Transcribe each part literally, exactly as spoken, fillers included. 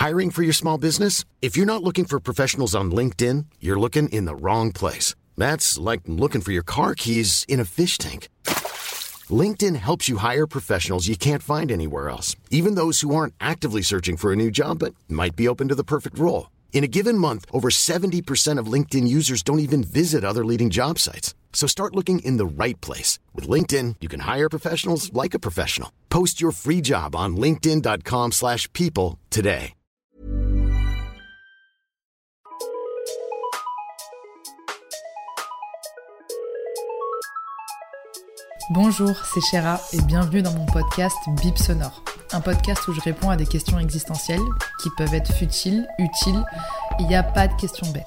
Hiring for your small business? If you're not looking for professionals on LinkedIn, you're looking in the wrong place. That's like looking for your car keys in a fish tank. LinkedIn helps you hire professionals you can't find anywhere else, even those who aren't actively searching for a new job but might be open to the perfect role. In a given month, over seventy percent of LinkedIn users don't even visit other leading job sites. So start looking in the right place. With LinkedIn, you can hire professionals like a professional. Post your free job on linkedin.com slash people today. Bonjour, c'est Chéra et bienvenue dans mon podcast Bip Sonore. Un podcast où je réponds à des questions existentielles qui peuvent être futiles, utiles, il n'y a pas de questions bêtes.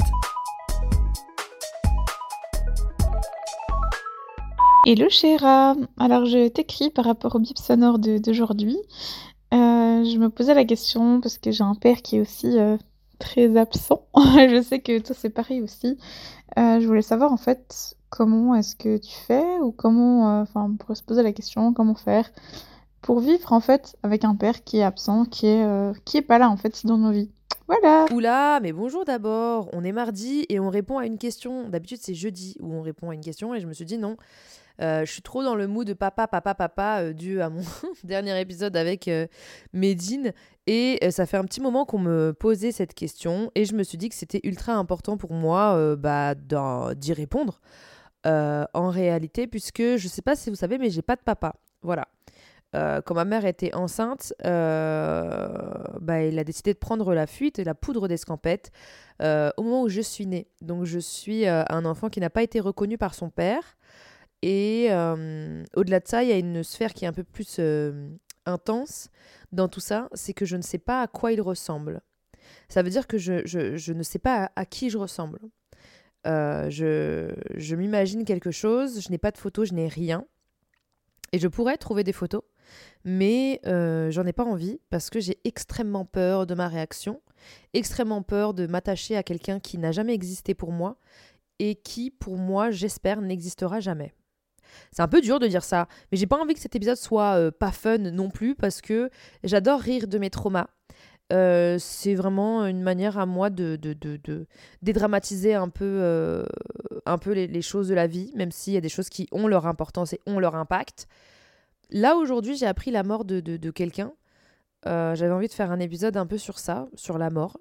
Hello Chéra, alors je t'écris par rapport au bip sonore de, d'aujourd'hui. Euh, je me posais la question parce que j'ai un père qui est aussi euh, très absent. Je sais que toi c'est pareil aussi. Euh, je voulais savoir en fait comment est-ce que tu fais ou comment, enfin euh, on pourrait se poser la question comment faire pour vivre en fait avec un père qui est absent, qui est euh, qui est pas là en fait dans nos vies. Voilà. Oula, mais bonjour d'abord, on est mardi et on répond à une question. D'habitude c'est jeudi où on répond à une question et je me suis dit non. Euh, je suis trop dans le mood de papa, papa, papa, euh, dû à mon dernier épisode avec euh, Médine. Et euh, ça fait un petit moment qu'on me posait cette question. Et je me suis dit que c'était ultra important pour moi euh, bah, d'y répondre. Euh, en réalité, puisque je sais pas si vous savez, mais j'ai pas de papa. Voilà. Euh, quand ma mère était enceinte, euh, bah, elle a décidé de prendre la fuite et la poudre d'escampette euh, au moment où je suis née. Donc je suis euh, un enfant qui n'a pas été reconnu par son père. Et euh, au-delà de ça, il y a une sphère qui est un peu plus euh, intense dans tout ça, c'est que je ne sais pas à quoi il ressemble. Ça veut dire que je, je, je ne sais pas à, à qui je ressemble. Euh, je, je m'imagine quelque chose, je n'ai pas de photos, je n'ai rien. Et je pourrais trouver des photos, mais euh, j'en ai pas envie parce que j'ai extrêmement peur de ma réaction, extrêmement peur de m'attacher à quelqu'un qui n'a jamais existé pour moi et qui, pour moi, j'espère, n'existera jamais. C'est un peu dur de dire ça, mais j'ai pas envie que cet épisode soit euh, pas fun non plus parce que j'adore rire de mes traumas. Euh, c'est vraiment une manière à moi de, de, de, de dédramatiser un peu, euh, un peu les, les choses de la vie, même s'il y a des choses qui ont leur importance et ont leur impact. Là, aujourd'hui, j'ai appris la mort de, de, de quelqu'un. Euh, j'avais envie de faire un épisode un peu sur ça, sur la mort.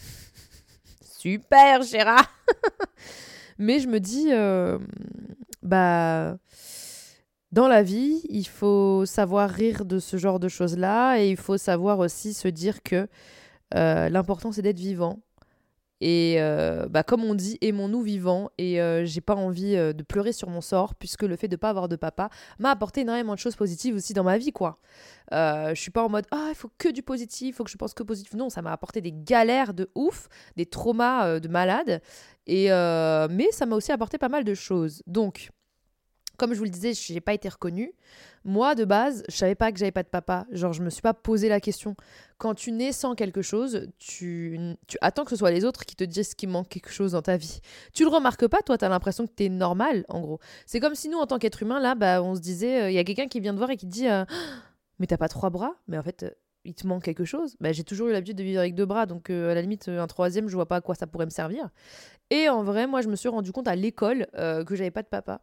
Super, Chéra. Mais je me dis, euh, bah, dans la vie, il faut savoir rire de ce genre de choses-là et il faut savoir aussi se dire que euh, l'important, c'est d'être vivant. Et euh, bah, comme on dit, aimons-nous vivants. Et euh, j'ai pas envie euh, de pleurer sur mon sort puisque le fait de pas avoir de papa m'a apporté énormément de choses positives aussi dans ma vie, quoi. Euh, je suis pas en mode ah il faut que du positif, il faut que je pense que positif. Non, ça m'a apporté des galères de ouf, des traumas euh, de malade. Et euh, mais ça m'a aussi apporté pas mal de choses. Donc comme je vous le disais, je n'ai pas été reconnue. Moi, de base, je savais pas que j'avais pas de papa. Genre, je me suis pas posé la question. Quand tu nais sans quelque chose, tu, tu attends que ce soit les autres qui te disent qu'il manque quelque chose dans ta vie. Tu le remarques pas, toi, tu as l'impression que tu es normal, en gros. C'est comme si nous, en tant qu'être humain, là, bah, on se disait, il euh, y a quelqu'un qui vient te voir et qui te dit euh, mais t'as pas trois bras ? Mais en fait, euh, il te manque quelque chose. Bah, j'ai toujours eu l'habitude de vivre avec deux bras, donc euh, à la limite, un troisième, je vois pas à quoi ça pourrait me servir. Et en vrai, moi, je me suis rendu compte à l'école euh, que j'avais pas de papa.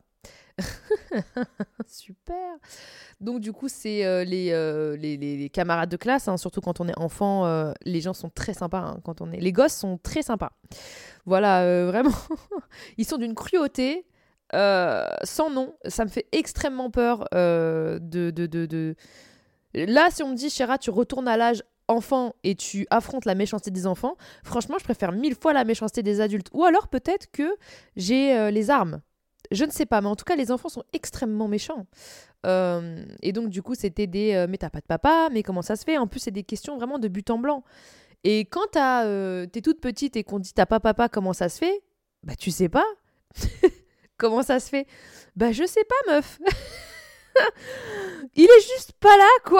Super. Donc du coup c'est euh, les, euh, les, les, les camarades de classe, hein, surtout quand on est enfant, euh, les gens sont très sympas, hein, quand on est... les gosses sont très sympas. Voilà, euh, vraiment, ils sont d'une cruauté euh, sans nom. Ça me fait extrêmement peur euh, de, de, de, de... Là, si on me dit Chéra, tu retournes à l'âge enfant et tu affrontes la méchanceté des enfants, franchement, je préfère mille fois la méchanceté des adultes. Ou alors peut-être que j'ai euh, les armes. Je ne sais pas, mais en tout cas, les enfants sont extrêmement méchants. Euh, et donc, du coup, c'était des euh, « mais t'as pas de papa, mais comment ça se fait ?» En plus, c'est des questions vraiment de but en blanc. Et quand t'as, euh, t'es toute petite et qu'on dit « t'as pas papa, comment ça se fait ?» Bah, tu sais pas. Comment ça se fait ? Bah, je sais pas, meuf. Il est juste pas là, quoi.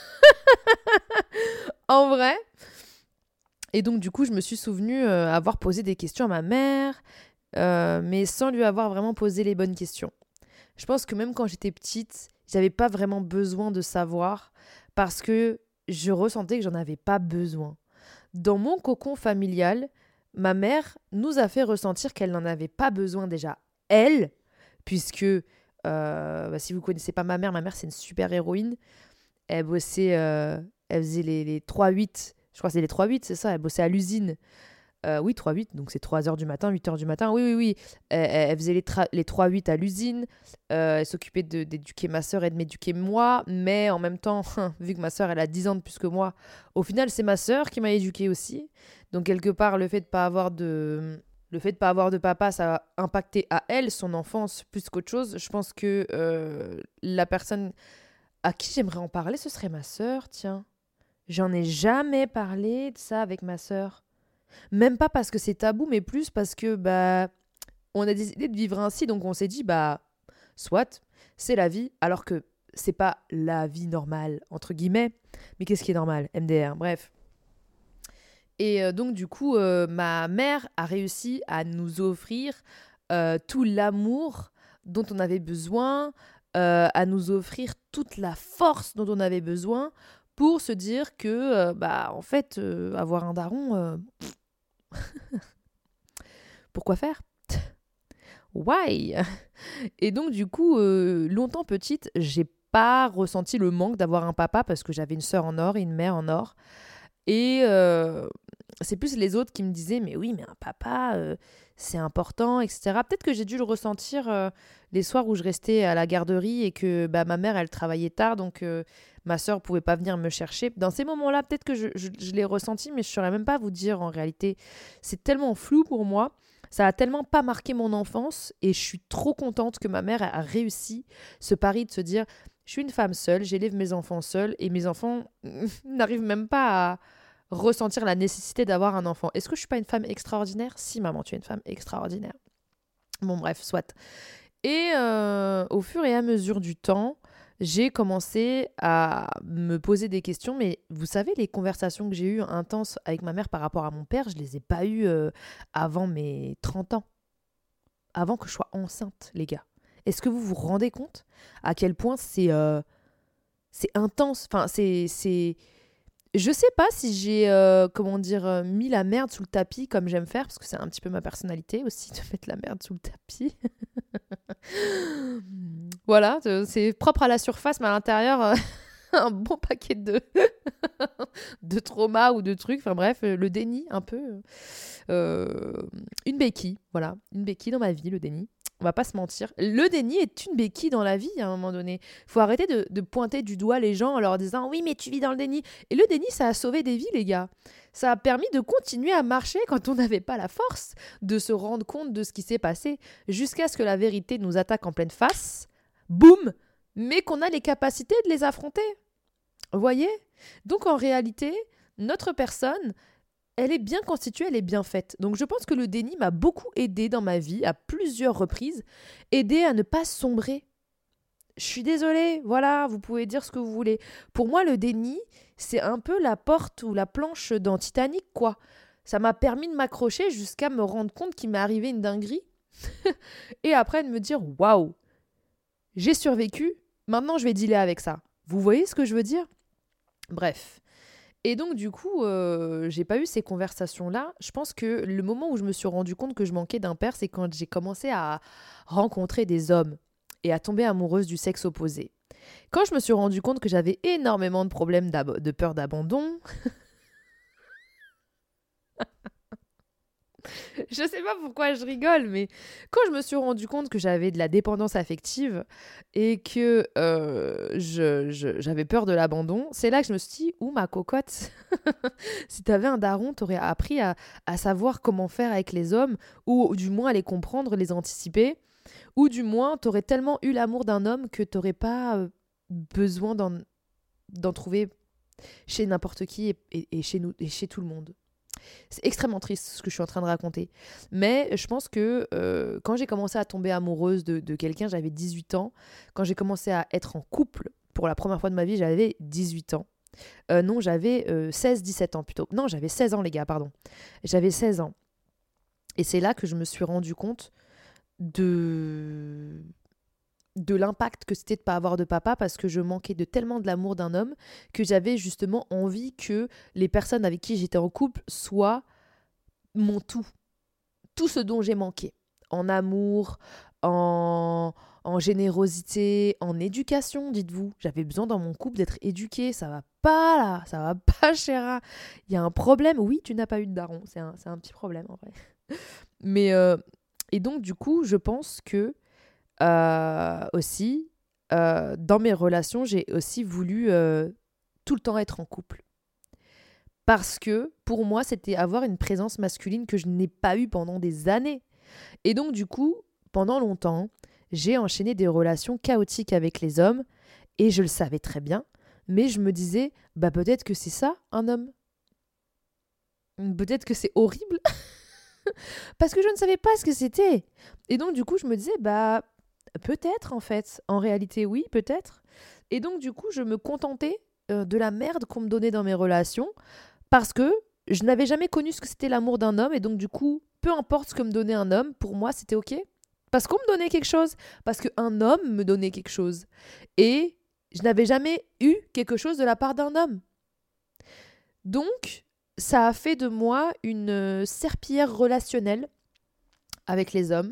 En vrai. Et donc, du coup, je me suis souvenue euh, avoir posé des questions à ma mère, euh, mais sans lui avoir vraiment posé les bonnes questions. Je pense que même quand j'étais petite, j'avais pas vraiment besoin de savoir parce que je ressentais que j'en avais pas besoin. dans mon cocon familial, ma mère nous a fait ressentir qu'elle n'en avait pas besoin déjà, elle, puisque, euh, bah, si vous ne connaissez pas ma mère, ma mère, c'est une super héroïne. Elle bossait, euh, elle faisait les, les trois huit, je crois que c'est les trois huit, c'est ça, elle bossait à l'usine. Euh, oui, trois huit, donc c'est trois heures du matin, huit heures du matin. Oui, oui, oui. Elle, elle faisait les, tra- les trois huit à l'usine. Euh, elle s'occupait de, d'éduquer ma sœur et de m'éduquer moi. Mais en même temps, vu que ma sœur, elle a dix ans de plus que moi, au final, c'est ma sœur qui m'a éduquée aussi. Donc, quelque part, le fait de pas avoir de... Le fait de pas avoir de papa, ça a impacté à elle, son enfance, plus qu'autre chose. Je pense que euh, la personne à qui j'aimerais en parler, ce serait ma sœur, tiens. J'en ai jamais parlé de ça avec ma sœur. Même pas parce que c'est tabou, mais plus parce que bah on a décidé de vivre ainsi, donc on s'est dit bah soit c'est la vie, alors que c'est pas la vie normale entre guillemets. Mais qu'est-ce qui est normal? M D R, bref. Et euh, donc du coup, euh, ma mère a réussi à nous offrir euh, tout l'amour dont on avait besoin, euh, à nous offrir toute la force dont on avait besoin pour se dire que euh, bah en fait euh, avoir un daron. Euh, Pourquoi faire? Why? Et donc, du coup, euh, longtemps petite, j'ai pas ressenti le manque d'avoir un papa parce que j'avais une sœur en or et une mère en or. Et euh, c'est plus les autres qui me disaient, mais oui, mais un papa, euh, c'est important, et cetera. Peut-être que j'ai dû le ressentir euh, les soirs où je restais à la garderie et que bah, ma mère, elle travaillait tard, donc euh, ma sœur pouvait pas venir me chercher. Dans ces moments-là, peut-être que je, je, je l'ai ressenti, mais je saurais même pas vous dire en réalité. C'est tellement flou pour moi. Ça a tellement pas marqué mon enfance et je suis trop contente que ma mère a réussi ce pari de se dire je suis une femme seule, j'élève mes enfants seule et mes enfants n'arrivent même pas à ressentir la nécessité d'avoir un enfant. Est-ce que je suis pas une femme extraordinaire? Si, maman, tu es une femme extraordinaire. Bon, bref, soit. Et euh, au fur et à mesure du temps, j'ai commencé à me poser des questions. Mais vous savez, les conversations que j'ai eues intenses avec ma mère par rapport à mon père, je les ai pas eues euh, avant mes trente ans. Avant que je sois enceinte, les gars. Est-ce que vous vous rendez compte à quel point c'est, euh, c'est intense? Enfin, c'est... c'est... Je sais pas si j'ai, euh, comment dire, euh, mis la merde sous le tapis comme j'aime faire, parce que c'est un petit peu ma personnalité aussi de mettre la merde sous le tapis. Voilà, c'est propre à la surface, mais à l'intérieur, euh, un bon paquet de, de traumas ou de trucs. Enfin bref, le déni, un peu. Euh, une béquille, voilà. Une béquille dans ma vie, le déni. On va pas se mentir. Le déni est une béquille dans la vie à un moment donné. Il faut arrêter de, de pointer du doigt les gens en leur disant « Oui, mais tu vis dans le déni ». Et le déni, ça a sauvé des vies, les gars. Ça a permis de continuer à marcher quand on n'avait pas la force de se rendre compte de ce qui s'est passé jusqu'à ce que la vérité nous attaque en pleine face. Boum! Mais qu'on a les capacités de les affronter. Vous voyez? Donc en réalité, notre personne... elle est bien constituée, elle est bien faite. Donc je pense que le déni m'a beaucoup aidé dans ma vie, à plusieurs reprises, aidé à ne pas sombrer. Je suis désolée, voilà, vous pouvez dire ce que vous voulez. Pour moi, le déni, c'est un peu la porte ou la planche dans Titanic, quoi. Ça m'a permis de m'accrocher jusqu'à me rendre compte qu'il m'est arrivé une dinguerie. Et après de me dire, waouh, j'ai survécu, maintenant je vais dealer avec ça. Vous voyez ce que je veux dire? Bref. Et donc, du coup, euh, j'ai pas eu ces conversations-là. Je pense que le moment où je me suis rendu compte que je manquais d'un père, c'est quand j'ai commencé à rencontrer des hommes et à tomber amoureuse du sexe opposé. Quand je me suis rendu compte que j'avais énormément de problèmes d'ab- de peur d'abandon... Je sais pas pourquoi je rigole, mais quand je me suis rendu compte que j'avais de la dépendance affective et que euh, je, je, j'avais peur de l'abandon, c'est là que je me suis dit, ouh ma cocotte, si t'avais un daron, t'aurais appris à, à savoir comment faire avec les hommes, ou du moins à les comprendre, les anticiper, ou du moins t'aurais tellement eu l'amour d'un homme que t'aurais pas euh, besoin d'en, d'en trouver chez n'importe qui et, et, et, chez nous, et chez tout le monde. C'est extrêmement triste ce que je suis en train de raconter. Mais je pense que euh, quand j'ai commencé à tomber amoureuse de, de quelqu'un, j'avais dix-huit ans. Quand j'ai commencé à être en couple pour la première fois de ma vie, j'avais dix-huit ans. Euh, non, j'avais euh, seize dix-sept ans plutôt. Non, j'avais seize ans les gars, pardon. J'avais seize ans. Et c'est là que je me suis rendu compte de... de l'impact que c'était de pas avoir de papa parce que je manquais de tellement de l'amour d'un homme que j'avais justement envie que les personnes avec qui j'étais en couple soient mon tout. Tout ce dont j'ai manqué. En amour, en, en générosité, en éducation, dites-vous. J'avais besoin dans mon couple d'être éduquée. Ça va pas là, ça va pas, chéra. Il y a un problème. Oui, tu n'as pas eu de daron. C'est un, c'est un petit problème en vrai. Mais, euh, et donc du coup, je pense que euh, aussi, euh, dans mes relations, j'ai aussi voulu euh, tout le temps être en couple. Parce que pour moi, c'était avoir une présence masculine que je n'ai pas eue pendant des années. Et donc, du coup, pendant longtemps, j'ai enchaîné des relations chaotiques avec les hommes et je le savais très bien. Mais je me disais, bah peut-être que c'est ça, un homme. Peut-être que c'est horrible. Parce que je ne savais pas ce que c'était. Et donc, du coup, je me disais, bah peut-être en fait. En réalité, oui, peut-être. Et donc, du coup, je me contentais euh, de la merde qu'on me donnait dans mes relations. Parce que je n'avais jamais connu ce que c'était l'amour d'un homme et donc du coup, peu importe ce que me donnait un homme, pour moi c'était ok. Parce qu'on me donnait quelque chose, parce qu'un homme me donnait quelque chose. Et je n'avais jamais eu quelque chose de la part d'un homme. Donc, ça a fait de moi une serpillière relationnelle avec les hommes.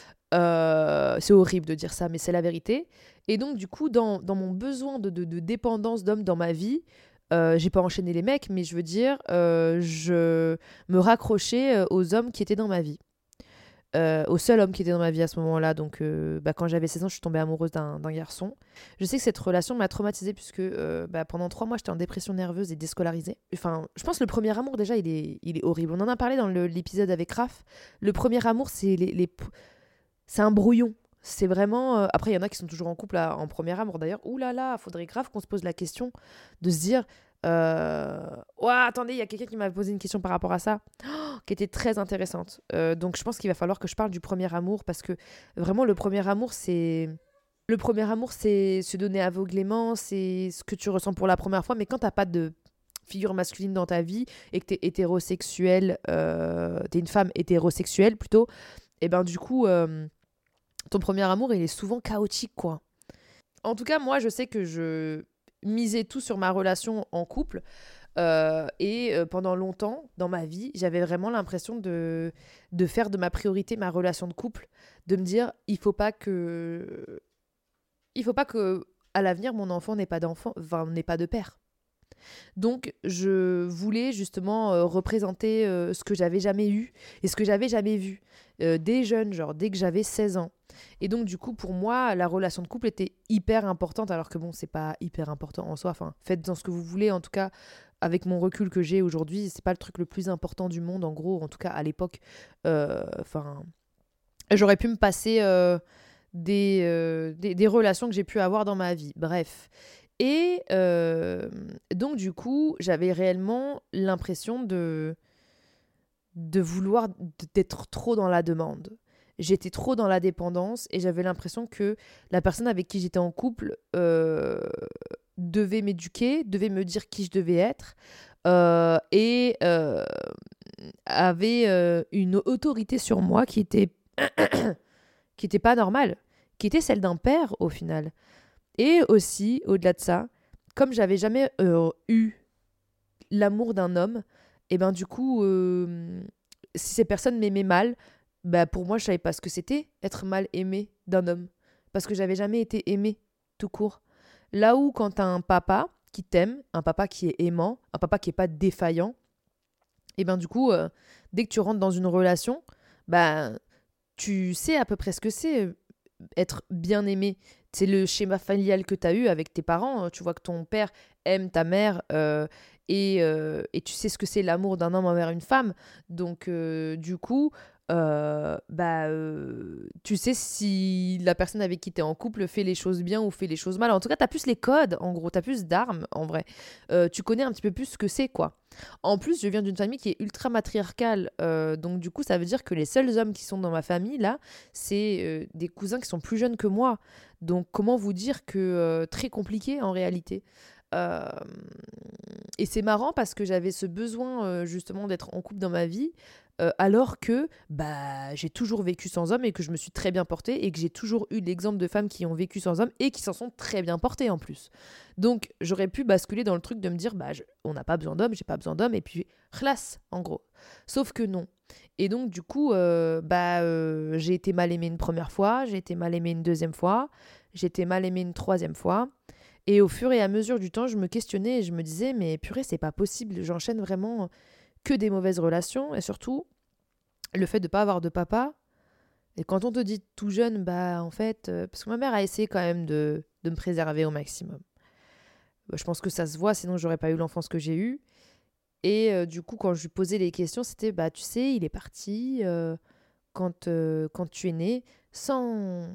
Euh, c'est horrible de dire ça, mais c'est la vérité. Et donc du coup, dans, dans mon besoin de, de, de dépendance d'homme dans ma vie, Euh, j'ai pas enchaîné les mecs, mais je veux dire, euh, je me raccrochais euh, aux hommes qui étaient dans ma vie. Euh, au seul homme qui était dans ma vie à ce moment-là. Donc, euh, bah, quand j'avais seize ans, je suis tombée amoureuse d'un, d'un garçon. Je sais que cette relation m'a traumatisée puisque euh, bah, pendant trois mois, j'étais en dépression nerveuse et déscolarisée. Enfin, je pense que le premier amour, déjà, il est, il est horrible. On en a parlé dans le, l'épisode avec Raph. Le premier amour, c'est, les, les... c'est un brouillon. C'est vraiment... euh, Après, il y en a qui sont toujours en couple là, en premier amour. D'ailleurs, ouh là là, faudrait grave qu'on se pose la question de se dire... Euh... Ouais, attendez, il y a quelqu'un qui m'a posé une question par rapport à ça, oh, qui était très intéressante. Euh, donc, je pense qu'il va falloir que je parle du premier amour parce que vraiment, le premier amour, c'est... Le premier amour, c'est se donner aveuglément, c'est ce que tu ressens pour la première fois. Mais quand t'as pas de figure masculine dans ta vie et que t'es hétérosexuel, euh... t'es une femme hétérosexuelle plutôt, et ben du coup... Euh... ton premier amour, il est souvent chaotique, quoi. En tout cas, moi, je sais que je misais tout sur ma relation en couple. Euh, et euh, pendant longtemps, dans ma vie, j'avais vraiment l'impression de, de faire de ma priorité ma relation de couple. De me dire, il faut pas que... Il faut pas que, à l'avenir, mon enfant n'ait pas d'enfant, enfin, n'ait pas de père. Donc, je voulais justement euh, représenter euh, ce que j'avais jamais eu et ce que j'avais jamais vu. Euh, dès jeune, genre dès que j'avais seize ans. Et donc, du coup, pour moi, la relation de couple était hyper importante, alors que bon, c'est pas hyper important en soi. Enfin, faites-en ce que vous voulez. En tout cas, avec mon recul que j'ai aujourd'hui, c'est pas le truc le plus important du monde, en gros. En tout cas, à l'époque, euh, enfin, j'aurais pu me passer euh, des, euh, des, des relations que j'ai pu avoir dans ma vie. Bref. Et euh, donc, du coup, j'avais réellement l'impression de, de vouloir d'être trop dans la demande. J'étais trop dans la dépendance et j'avais l'impression que la personne avec qui j'étais en couple euh, devait m'éduquer, devait me dire qui je devais être euh, et euh, avait euh, une autorité sur moi qui était, qui était pas normale, qui était celle d'un père au final. Et aussi, au-delà de ça, comme j'avais jamais euh, eu l'amour d'un homme, et ben du coup, euh, si ces personnes m'aimaient mal, bah pour moi, je savais pas ce que c'était être mal aimé d'un homme. Parce que j'avais jamais été aimée, tout court. Là où, quand t'as un papa qui t'aime, un papa qui est aimant, un papa qui est pas défaillant, et ben du coup, euh, dès que tu rentres dans une relation, bah tu sais à peu près ce que c'est être bien aimé. C'est le schéma familial que tu as eu avec tes parents. Tu vois que ton père aime ta mère euh, et, euh, et tu sais ce que c'est l'amour d'un homme envers une femme. Donc, euh, du coup, euh, bah, euh, tu sais si la personne avec qui tu es en couple fait les choses bien ou fait les choses mal. En tout cas, tu as plus les codes, en gros. Tu as plus d'armes, en vrai. Euh, tu connais un petit peu plus ce que c'est, quoi. En plus, je viens d'une famille qui est ultra matriarcale. Euh, donc, du coup, ça veut dire que les seuls hommes qui sont dans ma famille, là, c'est euh, des cousins qui sont plus jeunes que moi. Donc, comment vous dire que euh, très compliqué, en réalité. Euh, et c'est marrant parce que j'avais ce besoin euh, justement d'être en couple dans ma vie, euh, alors que bah, j'ai toujours vécu sans homme et que je me suis très bien portée et que j'ai toujours eu l'exemple de femmes qui ont vécu sans homme et qui s'en sont très bien portées en plus. Donc j'aurais pu basculer dans le truc de me dire bah, je, on n'a pas besoin d'homme, j'ai pas besoin d'homme et puis khlas en gros. Sauf que non. Et donc du coup euh, bah, euh, j'ai été mal aimée une première fois, j'ai été mal aimée une deuxième fois, j'ai été mal aimée une troisième fois. Et au fur et à mesure du temps, je me questionnais et je me disais, mais purée, c'est pas possible, j'enchaîne vraiment que des mauvaises relations. Et surtout, le fait de pas avoir de papa. Et quand on te dit tout jeune, bah en fait, euh, parce que ma mère a essayé quand même de, de me préserver au maximum. Bah, je pense que ça se voit, sinon j'aurais pas eu l'enfance que j'ai eue. Et euh, du coup, quand je lui posais les questions, c'était, bah tu sais, il est parti euh, quand, euh, quand tu es né, sans,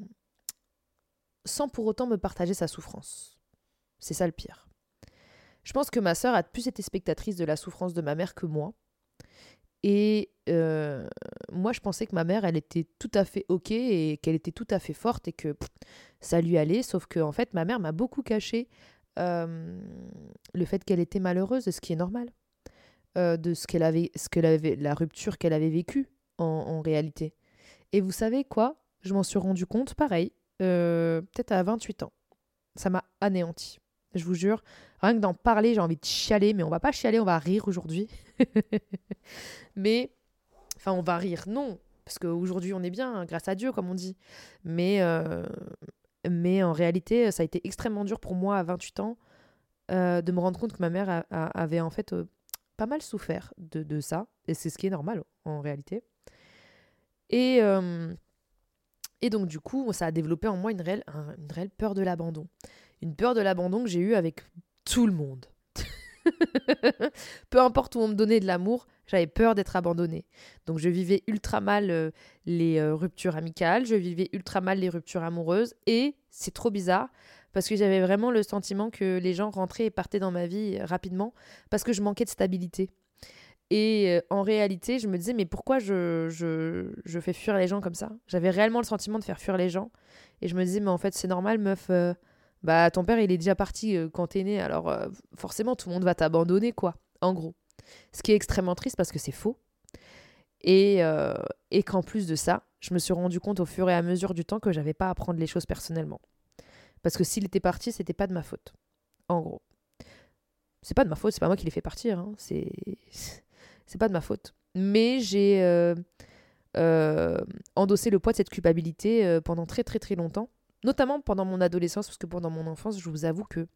sans pour autant me partager sa souffrance. C'est ça le pire. Je pense que ma sœur a plus été spectatrice de la souffrance de ma mère que moi. Et euh, moi, je pensais que ma mère, elle était tout à fait OK et qu'elle était tout à fait forte et que pff, ça lui allait. Sauf que, en fait, ma mère m'a beaucoup caché euh, le fait qu'elle était malheureuse, ce qui est normal, euh, de ce qu'elle avait, ce qu'elle avait, la rupture qu'elle avait vécue en, en réalité. Et vous savez quoi ? Je m'en suis rendu compte, pareil, euh, peut-être à vingt-huit ans. Ça m'a anéanti. Je vous jure, rien que d'en parler, j'ai envie de chialer, mais on va pas chialer, on va rire aujourd'hui. Mais, enfin, on va rire, non, parce qu'aujourd'hui on est bien, hein, grâce à Dieu, comme on dit. Mais, euh, mais en réalité, ça a été extrêmement dur pour moi à vingt-huit ans euh, de me rendre compte que ma mère a, a, avait en fait euh, pas mal souffert de, de ça, et c'est ce qui est normal en réalité. Et, euh, et donc du coup, ça a développé en moi une réelle, un, une réelle peur de l'abandon. Une peur de l'abandon que j'ai eue avec tout le monde. Peu importe où on me donnait de l'amour, j'avais peur d'être abandonnée. Donc je vivais ultra mal euh, les euh, ruptures amicales, je vivais ultra mal les ruptures amoureuses. Et c'est trop bizarre, parce que j'avais vraiment le sentiment que les gens rentraient et partaient dans ma vie rapidement, parce que je manquais de stabilité. Et euh, en réalité, je me disais, mais pourquoi je, je, je fais fuir les gens comme ça ? J'avais réellement le sentiment de faire fuir les gens. Et je me disais, mais en fait, c'est normal, meuf... Euh, bah ton père il est déjà parti euh, quand t'es né, alors euh, forcément tout le monde va t'abandonner quoi, en gros. Ce qui est extrêmement triste parce que c'est faux. Et, euh, et qu'en plus de ça, je me suis rendu compte au fur et à mesure du temps que j'avais pas à prendre les choses personnellement. Parce que s'il était parti, c'était pas de ma faute. En gros. C'est pas de ma faute, c'est pas moi qui l'ai fait partir, hein. c'est... c'est pas de ma faute. Mais j'ai euh, euh, endossé le poids de cette culpabilité euh, pendant très très très longtemps. Notamment pendant mon adolescence, parce que pendant mon enfance, je vous avoue que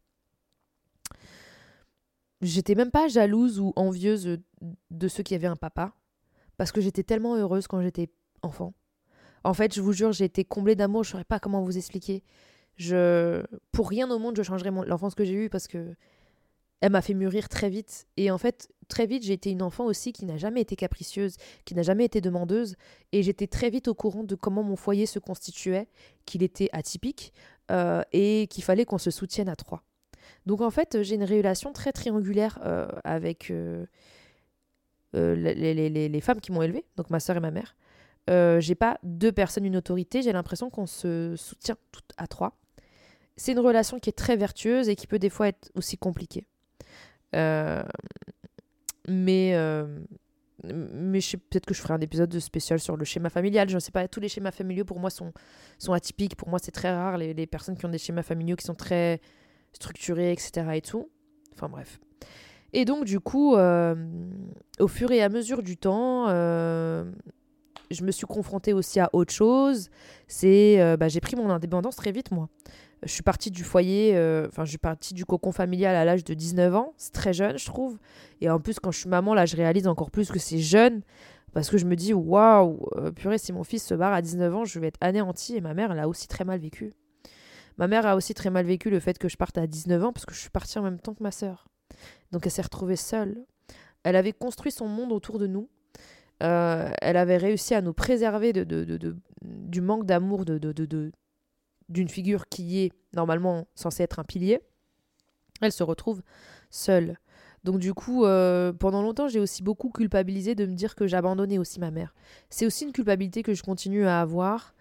j'étais même pas jalouse ou envieuse de ceux qui avaient un papa, parce que j'étais tellement heureuse quand j'étais enfant. En fait, je vous jure, j'ai été comblée d'amour, je saurais pas comment vous expliquer. Je... Pour rien au monde, je changerais mon... l'enfance que j'ai eue, parce que elle m'a fait mûrir très vite. Et en fait, très vite, j'ai été une enfant aussi qui n'a jamais été capricieuse, qui n'a jamais été demandeuse. Et j'étais très vite au courant de comment mon foyer se constituait, qu'il était atypique euh, et qu'il fallait qu'on se soutienne à trois. Donc en fait, j'ai une relation très triangulaire euh, avec euh, euh, les, les, les, les femmes qui m'ont élevée, donc ma sœur et ma mère. Euh, j'ai pas deux personnes, une autorité, j'ai l'impression qu'on se soutient toutes à trois. C'est une relation qui est très vertueuse et qui peut des fois être aussi compliquée. Euh, mais euh, mais je sais, peut-être que je ferai un épisode spécial sur le schéma familial, je ne sais pas, tous les schémas familiaux pour moi sont, sont atypiques, pour moi c'est très rare les, les personnes qui ont des schémas familiaux qui sont très structurés, etc. et tout, enfin bref. Et donc du coup euh, au fur et à mesure du temps euh, je me suis confrontée aussi à autre chose. C'est euh, bah, j'ai pris mon indépendance très vite moi. Je suis partie du foyer, enfin, euh, je suis partie du cocon familial à l'âge de dix-neuf ans. C'est très jeune, je trouve. Et en plus, quand je suis maman, là, je réalise encore plus que c'est jeune. Parce que je me dis, waouh, euh, purée, si mon fils se barre à dix-neuf ans, je vais être anéantie. Et ma mère, elle a aussi très mal vécu. Ma mère a aussi très mal vécu le fait que je parte à dix-neuf ans, parce que je suis partie en même temps que ma sœur. Donc, elle s'est retrouvée seule. Elle avait construit son monde autour de nous. Euh, elle avait réussi à nous préserver de, de, de, de, du manque d'amour de... de, de, de d'une figure qui est normalement censée être un pilier, elle se retrouve seule. Donc du coup, euh, pendant longtemps, j'ai aussi beaucoup culpabilisé de me dire que j'abandonnais aussi ma mère. C'est aussi une culpabilité que je continue à avoir.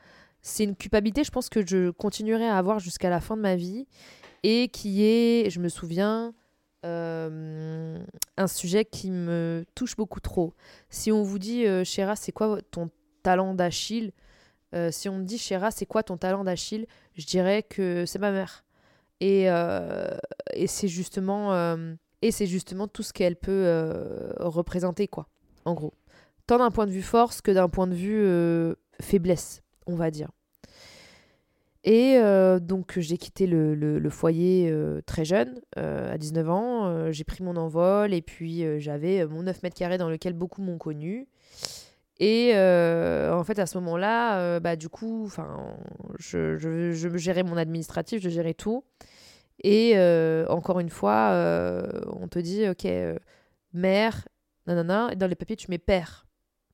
c'est une culpabilité, je pense, que je continuerai à avoir jusqu'à la fin de ma vie et qui est, je me souviens, euh, un sujet qui me touche beaucoup trop. Si on vous dit, euh, Chéra, c'est quoi ton talent d'Achille ? euh, Si on me dit, Chéra, c'est quoi ton talent d'Achille ? Je dirais que c'est ma mère. Et, euh, et, c'est justement, euh, et c'est justement tout ce qu'elle peut euh, représenter, quoi, en gros. Tant d'un point de vue force que d'un point de vue euh, faiblesse, on va dire. Et euh, donc, j'ai quitté le, le, le foyer euh, très jeune, euh, à dix-neuf ans. Euh, j'ai pris mon envol et puis euh, j'avais mon neuf mètres carrés dans lequel beaucoup m'ont connu. Et euh, en fait, à ce moment-là, euh, bah, du coup, je, je, je gérais mon administratif, je gérais tout. Et euh, encore une fois, euh, on te dit, ok, euh, mère, nanana, et dans les papiers, tu mets père.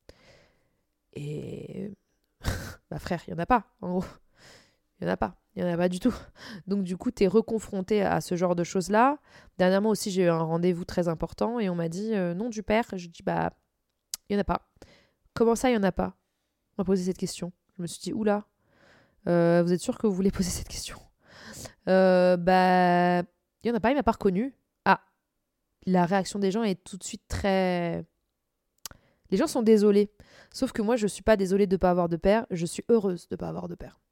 Et bah frère, il n'y en a pas, en gros. Il n'y en a pas. Il n'y en a pas du tout. Donc du coup, tu es reconfronté à ce genre de choses-là. Dernièrement aussi, j'ai eu un rendez-vous très important et on m'a dit, euh, nom du père. Je dis, bah, il n'y en a pas. Comment ça, il n'y en a pas ? On m'a posé cette question. Je me suis dit, oula, euh, vous êtes sûr que vous voulez poser cette question ? euh, Bah, il n'y en a pas, il ne m'a pas reconnu. Ah, la réaction des gens est tout de suite très... Les gens sont désolés. Sauf que moi, je ne suis pas désolée de ne pas avoir de père. Je suis heureuse de ne pas avoir de père.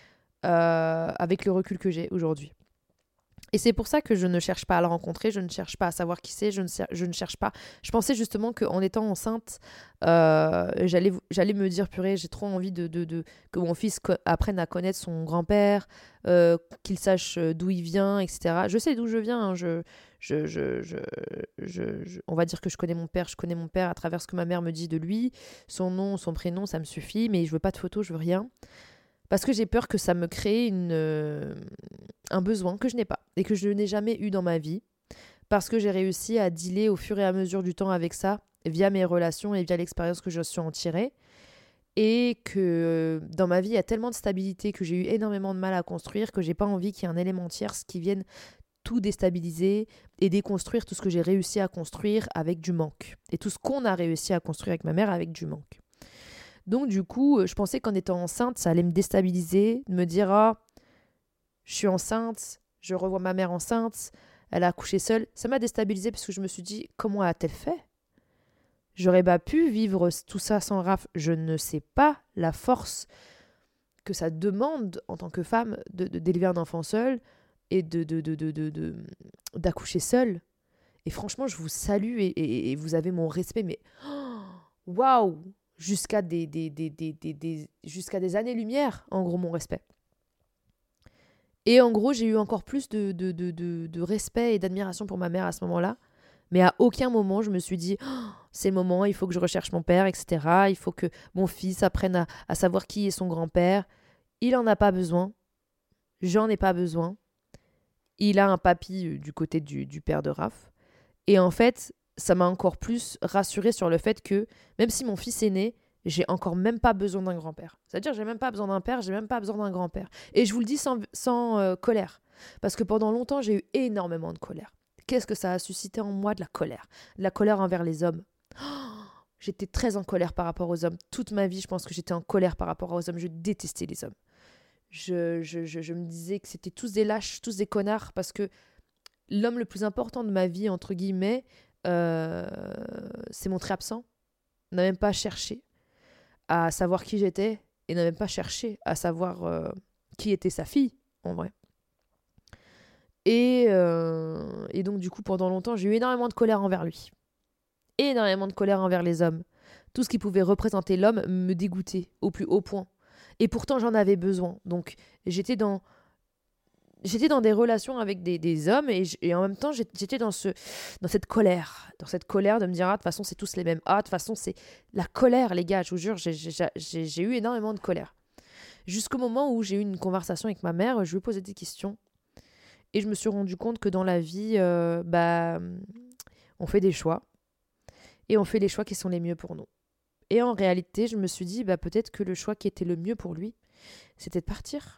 Euh, avec le recul que j'ai aujourd'hui. Et c'est pour ça que je ne cherche pas à le rencontrer, je ne cherche pas à savoir qui c'est, je ne, je ne cherche pas... Je pensais justement qu'en étant enceinte, euh, j'allais, j'allais me dire, purée, j'ai trop envie de, de, de, que mon fils co- apprenne à connaître son grand-père, euh, qu'il sache d'où il vient, et cetera. Je sais d'où je viens, hein, je, je, je, je, je, je, on va dire que je connais mon père, je connais mon père à travers ce que ma mère me dit de lui, son nom, son prénom, ça me suffit, mais je veux pas de photos, je veux rien. Parce que j'ai peur que ça me crée une, euh, un besoin que je n'ai pas et que je n'ai jamais eu dans ma vie. Parce que j'ai réussi à dealer au fur et à mesure du temps avec ça via mes relations et via l'expérience que je suis en tirée. Et que dans ma vie, il y a tellement de stabilité que j'ai eu énormément de mal à construire que j'ai pas envie qu'il y ait un élément tierce qui vienne tout déstabiliser et déconstruire tout ce que j'ai réussi à construire avec du manque. Et tout ce qu'on a réussi à construire avec ma mère avec du manque. Donc du coup, je pensais qu'en étant enceinte, ça allait me déstabiliser, de me dire « Ah, je suis enceinte, je revois ma mère enceinte, elle a accouché seule. » Ça m'a déstabilisée parce que je me suis dit « Comment a-t-elle fait ? J'aurais pas pu vivre tout ça sans Raph. Je ne sais pas la force que ça demande en tant que femme de, de, d'élever un enfant seul et de, de, de, de, de, de, d'accoucher seule. Et franchement, je vous salue et, et, et vous avez mon respect, mais waouh wow, jusqu'à des, des, des, des, des, des, jusqu'à des années-lumière, en gros, mon respect. Et en gros, j'ai eu encore plus de, de, de, de, de respect et d'admiration pour ma mère à ce moment-là. Mais à aucun moment, je me suis dit oh, « c'est le moment, il faut que je recherche mon père, et cetera. Il faut que mon fils apprenne à, à savoir qui est son grand-père. » Il n'en a pas besoin. J'en ai pas besoin. Il a un papy du côté du, du père de Raph. Et en fait, ça m'a encore plus rassurée sur le fait que, même si mon fils est né, j'ai encore même pas besoin d'un grand-père. C'est-à-dire, j'ai même pas besoin d'un père, j'ai même pas besoin d'un grand-père. Et je vous le dis sans, sans euh, colère. Parce que pendant longtemps, j'ai eu énormément de colère. Qu'est-ce que ça a suscité en moi de la colère ? De la colère envers les hommes. Oh, j'étais très en colère par rapport aux hommes. Toute ma vie, je pense que j'étais en colère par rapport aux hommes. Je détestais les hommes. Je, je, je, je me disais que c'était tous des lâches, tous des connards, parce que l'homme le plus important de ma vie, entre guillemets, euh, s'est montré absent. N'a même pas cherché à savoir qui j'étais et n'a même pas cherché à savoir euh, qui était sa fille, en vrai. Et, euh, et donc, du coup, pendant longtemps, j'ai eu énormément de colère envers lui. Énormément de colère envers les hommes. Tout ce qui pouvait représenter l'homme me dégoûtait au plus haut point. Et pourtant, j'en avais besoin. Donc, j'étais dans, j'étais dans des relations avec des, des hommes et, et en même temps, j'étais dans, ce, dans cette colère. Dans cette colère de me dire, ah, de toute façon, c'est tous les mêmes. Ah, de toute façon, c'est la colère, les gars. Je vous jure, j'ai, j'ai, j'ai, j'ai eu énormément de colère. Jusqu'au moment où j'ai eu une conversation avec ma mère, je lui ai posé des questions. Et je me suis rendu compte que dans la vie, euh, bah, on fait des choix. Et on fait les choix qui sont les mieux pour nous. Et en réalité, je me suis dit, bah, peut-être que le choix qui était le mieux pour lui, c'était de partir.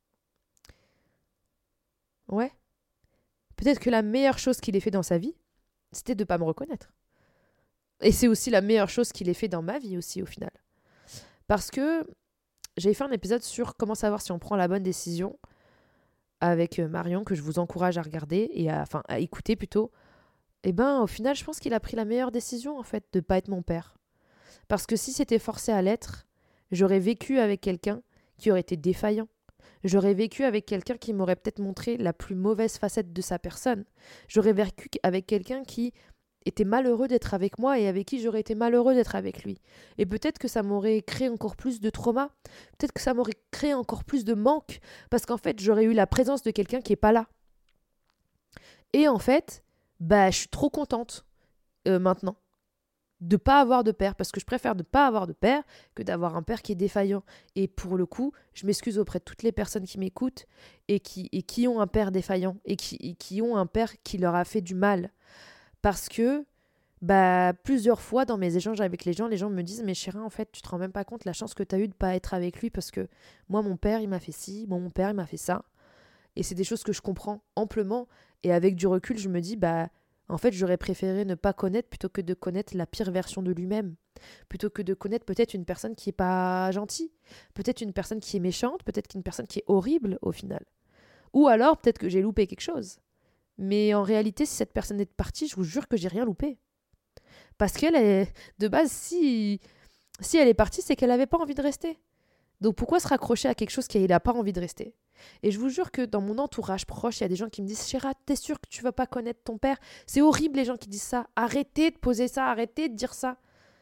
Ouais. Peut-être que la meilleure chose qu'il ait fait dans sa vie, c'était de ne pas me reconnaître. Et c'est aussi la meilleure chose qu'il ait fait dans ma vie aussi, au final. Parce que j'avais fait un épisode sur comment savoir si on prend la bonne décision avec Marion, que je vous encourage à regarder, et à, enfin, à écouter plutôt. Et ben, au final, je pense qu'il a pris la meilleure décision, en fait, de pas être mon père. Parce que si c'était forcé à l'être, j'aurais vécu avec quelqu'un qui aurait été défaillant. J'aurais vécu avec quelqu'un qui m'aurait peut-être montré la plus mauvaise facette de sa personne. J'aurais vécu avec quelqu'un qui était malheureux d'être avec moi et avec qui j'aurais été malheureux d'être avec lui. Et peut-être que ça m'aurait créé encore plus de trauma. Peut-être que ça m'aurait créé encore plus de manque. Parce qu'en fait, j'aurais eu la présence de quelqu'un qui n'est pas là. Et en fait, bah, je suis trop contente euh, maintenant de pas avoir de père, parce que je préfère ne pas avoir de père que d'avoir un père qui est défaillant. Et pour le coup, je m'excuse auprès de toutes les personnes qui m'écoutent et qui, et qui ont un père défaillant et qui, et qui ont un père qui leur a fait du mal. Parce que bah, plusieurs fois dans mes échanges avec les gens, les gens me disent « Mais chérie, en fait, tu te rends même pas compte la chance que tu as eue de pas être avec lui parce que moi, mon père, il m'a fait ci, moi, mon père, il m'a fait ça. » Et c'est des choses que je comprends amplement. Et avec du recul, je me dis « Bah, en fait, j'aurais préféré ne pas connaître plutôt que de connaître la pire version de lui-même. Plutôt que de connaître peut-être une personne qui est pas gentille, peut-être une personne qui est méchante, peut-être une personne qui est horrible au final. Ou alors, peut-être que j'ai loupé quelque chose. Mais en réalité, si cette personne est partie, je vous jure que j'ai rien loupé. Parce qu'elle est, de base, si, si elle est partie, c'est qu'elle n'avait pas envie de rester. Donc pourquoi se raccrocher à quelque chose qui n'a pas envie de rester ? Et je vous jure que dans mon entourage proche, il y a des gens qui me disent « Chéra, t'es sûre que tu vas pas connaître ton père ?» C'est horrible les gens qui disent ça. Arrêtez de poser ça, arrêtez de dire ça.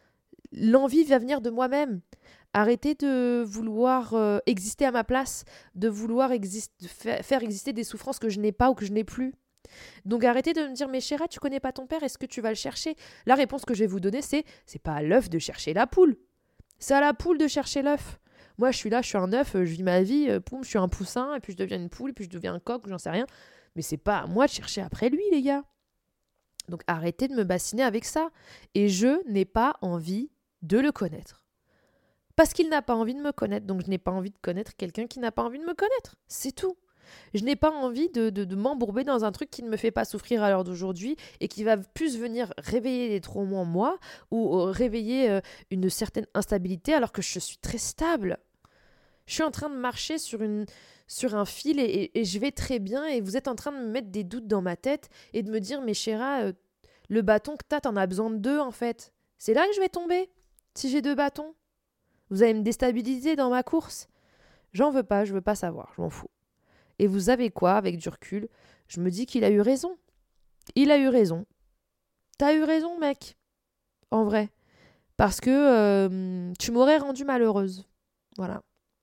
L'envie va venir de moi-même. Arrêtez de vouloir euh, exister à ma place, de vouloir existe, fa- faire exister des souffrances que je n'ai pas ou que je n'ai plus. Donc arrêtez de me dire « Mais Chéra, tu connais pas ton père, est-ce que tu vas le chercher ?» La réponse que je vais vous donner, c'est « C'est pas à l'œuf de chercher la poule. C'est à la poule de chercher l'œuf. » Moi, je suis là, je suis un œuf, je vis ma vie, euh, poum, je suis un poussin, et puis je deviens une poule, et puis je deviens un coq, j'en sais rien. Mais c'est pas à moi de chercher après lui, les gars. Donc arrêtez de me bassiner avec ça. Et je n'ai pas envie de le connaître. Parce qu'il n'a pas envie de me connaître, donc je n'ai pas envie de connaître quelqu'un qui n'a pas envie de me connaître. C'est tout. Je n'ai pas envie de, de, de m'embourber dans un truc qui ne me fait pas souffrir à l'heure d'aujourd'hui et qui va plus venir réveiller des traumas en moi ou euh, réveiller euh, une certaine instabilité alors que je suis très stable. Je suis en train de marcher sur, une, sur un fil et, et, et je vais très bien et vous êtes en train de me mettre des doutes dans ma tête et de me dire « Mais Chéra, euh, le bâton que t'as, t'en as besoin de deux en fait. C'est là que je vais tomber si j'ai deux bâtons. Vous allez me déstabiliser dans ma course. J'en veux pas, je veux pas savoir, je m'en fous. » Et vous savez quoi, avec du recul, je me dis qu'il a eu raison. Il a eu raison. T'as eu raison, mec. En vrai. Parce que euh, tu m'aurais rendue malheureuse. Voilà.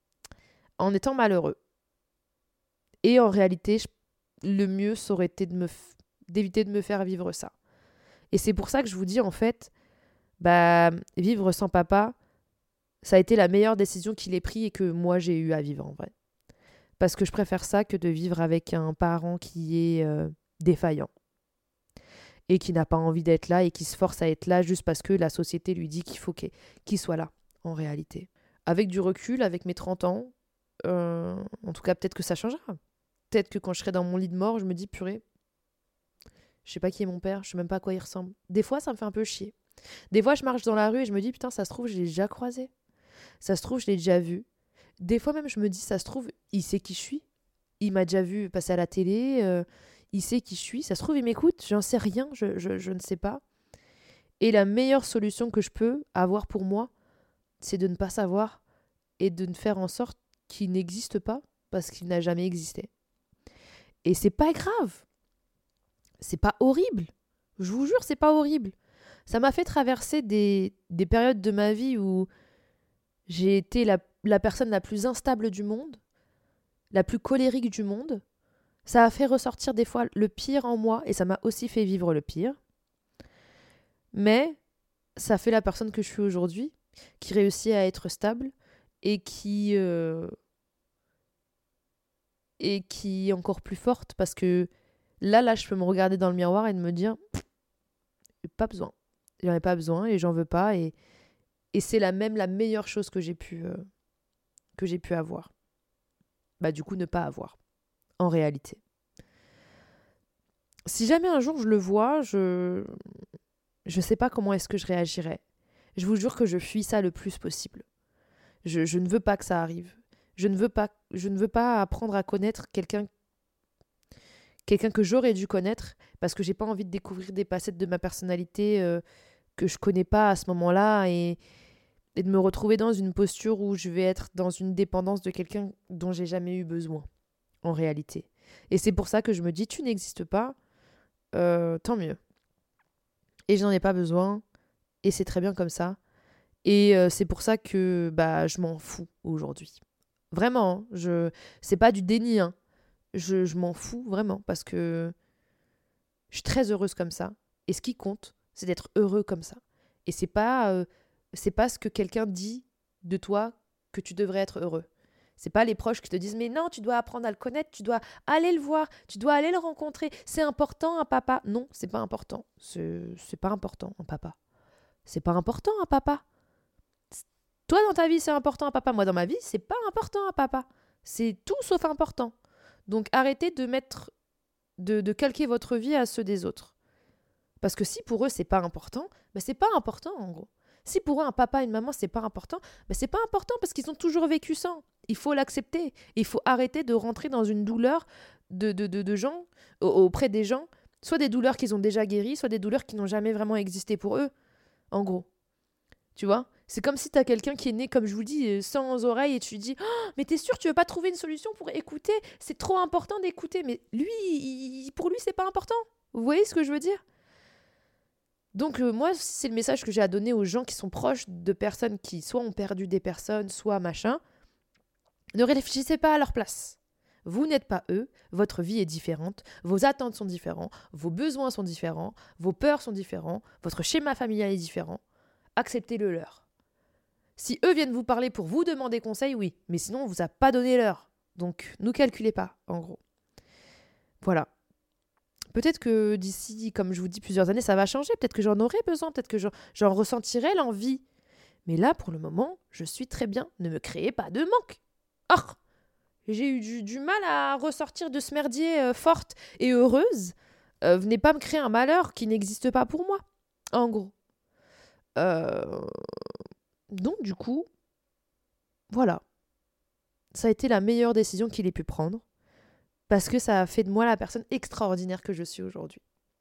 En étant malheureux. Et en réalité, je, le mieux, ça aurait été de me f- d'éviter de me faire vivre ça. Et c'est pour ça que je vous dis, en fait, bah, vivre sans papa, ça a été la meilleure décision qu'il ait prise et que moi, j'ai eu à vivre, en vrai. Parce que je préfère ça que de vivre avec un parent qui est euh, défaillant et qui n'a pas envie d'être là et qui se force à être là juste parce que la société lui dit qu'il faut qu'il, qu'il soit là, en réalité. Avec du recul, avec mes trente ans, euh, en tout cas, peut-être que ça changera. Peut-être que quand je serai dans mon lit de mort, je me dis, purée, je sais pas qui est mon père, je sais même pas à quoi il ressemble. Des fois, ça me fait un peu chier. Des fois, je marche dans la rue et je me dis, putain, ça se trouve, je l'ai déjà croisé. Ça se trouve, je l'ai déjà vu. Des fois même, je me dis, ça se trouve, il sait qui je suis. Il m'a déjà vu passer à la télé. Euh, il sait qui je suis. Ça se trouve, il m'écoute. J'en sais rien. Je, je, je ne sais pas. Et la meilleure solution que je peux avoir pour moi, c'est de ne pas savoir et de ne faire en sorte qu'il n'existe pas parce qu'il n'a jamais existé. Et c'est pas grave. C'est pas horrible. Je vous jure, c'est pas horrible. Ça m'a fait traverser des, des périodes de ma vie où j'ai été la la personne la plus instable du monde, la plus colérique du monde. Ça a fait ressortir des fois le pire en moi et ça m'a aussi fait vivre le pire. Mais ça fait la personne que je suis aujourd'hui, qui réussit à être stable et qui, euh, et qui est encore plus forte parce que là, là, je peux me regarder dans le miroir et de me dire « pas besoin, j'en ai pas besoin et j'en veux pas » et, et c'est la même la meilleure chose que j'ai pu... Euh, que j'ai pu avoir. Bah du coup, ne pas avoir, en réalité. Si jamais un jour je le vois, je je sais pas comment est-ce que je réagirais. Je vous jure que je fuis ça le plus possible. Je, je ne veux pas que ça arrive. Je ne veux pas, je ne veux pas apprendre à connaître quelqu'un, quelqu'un que j'aurais dû connaître parce que j'ai pas envie de découvrir des facettes de ma personnalité euh, que je connais pas à ce moment-là et, et de me retrouver dans une posture où je vais être dans une dépendance de quelqu'un dont j'ai jamais eu besoin, en réalité. Et c'est pour ça que je me dis, tu n'existes pas, euh, tant mieux. Et je n'en ai pas besoin, et c'est très bien comme ça. Et euh, c'est pour ça que bah, je m'en fous aujourd'hui. Vraiment, hein, je... c'est pas du déni, hein. Je, je m'en fous vraiment parce que je suis très heureuse comme ça. Et ce qui compte, c'est d'être heureux comme ça. Et c'est pas, euh, c'est pas ce que quelqu'un dit de toi que tu devrais être heureux. C'est pas les proches qui te disent « Mais non, tu dois apprendre à le connaître, tu dois aller le voir, tu dois aller le rencontrer. C'est important, un papa. » Non, c'est pas important. C'est, c'est pas important, un papa. C'est pas important, un papa. Toi, dans ta vie, c'est important, un papa. Moi, dans ma vie, c'est pas important, un papa. C'est tout sauf important. Donc, arrêtez de mettre, de, de calquer votre vie à ceux des autres. Parce que si pour eux, c'est pas important, ben c'est pas important, en gros. Si pour eux, un papa et une maman, c'est pas important, ben c'est pas important parce qu'ils ont toujours vécu sans. Il faut l'accepter. Il faut arrêter de rentrer dans une douleur de, de, de, de gens, auprès des gens, soit des douleurs qu'ils ont déjà guéries, soit des douleurs qui n'ont jamais vraiment existé pour eux, en gros. Tu vois ? C'est comme si t'as quelqu'un qui est né, comme je vous dis, sans oreilles et tu lui dis oh, « Mais t'es sûr, tu veux pas trouver une solution pour écouter ? C'est trop important d'écouter. » Mais lui, il, pour lui, c'est pas important. Vous voyez ce que je veux dire ? Donc euh, moi, c'est le message que j'ai à donner aux gens qui sont proches de personnes qui soit ont perdu des personnes, soit machin. Ne réfléchissez pas à leur place. Vous n'êtes pas eux, votre vie est différente, vos attentes sont différentes, vos besoins sont différents, vos peurs sont différents, votre schéma familial est différent. Acceptez le leur. Si eux viennent vous parler pour vous demander conseil, oui, mais sinon on vous a pas donné leur. Donc ne calculez pas, en gros. Voilà. Peut-être que d'ici, comme je vous dis, plusieurs années, ça va changer. Peut-être que j'en aurai besoin, peut-être que j'en, j'en ressentirai l'envie. Mais là, pour le moment, je suis très bien. Ne me créez pas de manque. Oh, j'ai eu du, du mal à ressortir de ce merdier euh, forte et heureuse. Euh, venez pas me créer un malheur qui n'existe pas pour moi, en gros. Euh... Donc, du coup, voilà. Ça a été la meilleure décision qu'il ait pu prendre. Parce que ça a fait de moi la personne extraordinaire que je suis aujourd'hui.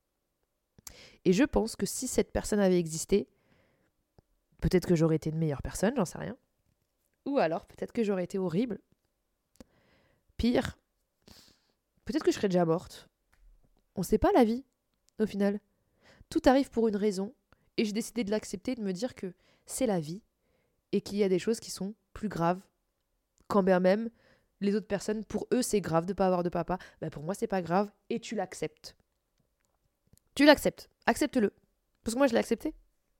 Et je pense que si cette personne avait existé, peut-être que j'aurais été une meilleure personne, j'en sais rien. Ou alors, peut-être que j'aurais été horrible. Pire, peut-être que je serais déjà morte. On sait pas la vie, au final. Tout arrive pour une raison. Et j'ai décidé de l'accepter, de me dire que c'est la vie. Et qu'il y a des choses qui sont plus graves. Quand bien même... Les autres personnes, pour eux, c'est grave de ne pas avoir de papa. Ben pour moi, c'est pas grave. Et tu l'acceptes. Tu l'acceptes. Accepte-le. Parce que moi, je l'ai accepté.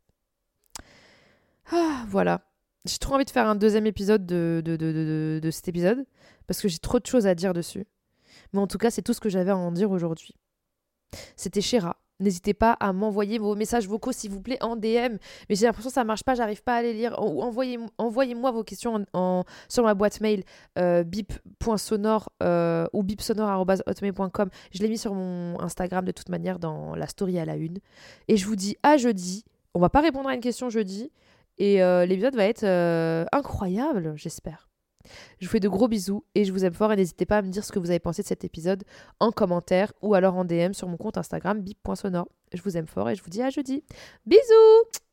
Ah, voilà. J'ai trop envie de faire un deuxième épisode de, de, de, de, de cet épisode. Parce que j'ai trop de choses à dire dessus. Mais en tout cas, c'est tout ce que j'avais à en dire aujourd'hui. C'était Chéra. N'hésitez pas à m'envoyer vos messages vocaux, s'il vous plaît, en D M. Mais j'ai l'impression que ça ne marche pas, j'arrive pas à les lire. Envoyez, envoyez-moi vos questions en, en, sur ma boîte mail euh, bip point sonore euh, ou bipsonore arobase hotmail point com. Je l'ai mis sur mon Instagram de toute manière dans la story à la une. Et je vous dis à jeudi. On va pas répondre à une question jeudi. Et euh, l'épisode va être euh, incroyable, j'espère. Je vous fais de gros bisous et je vous aime fort et n'hésitez pas à me dire ce que vous avez pensé de cet épisode en commentaire ou alors en D M sur mon compte Instagram bip point sonore. Je vous aime fort et je vous dis à jeudi. Bisous!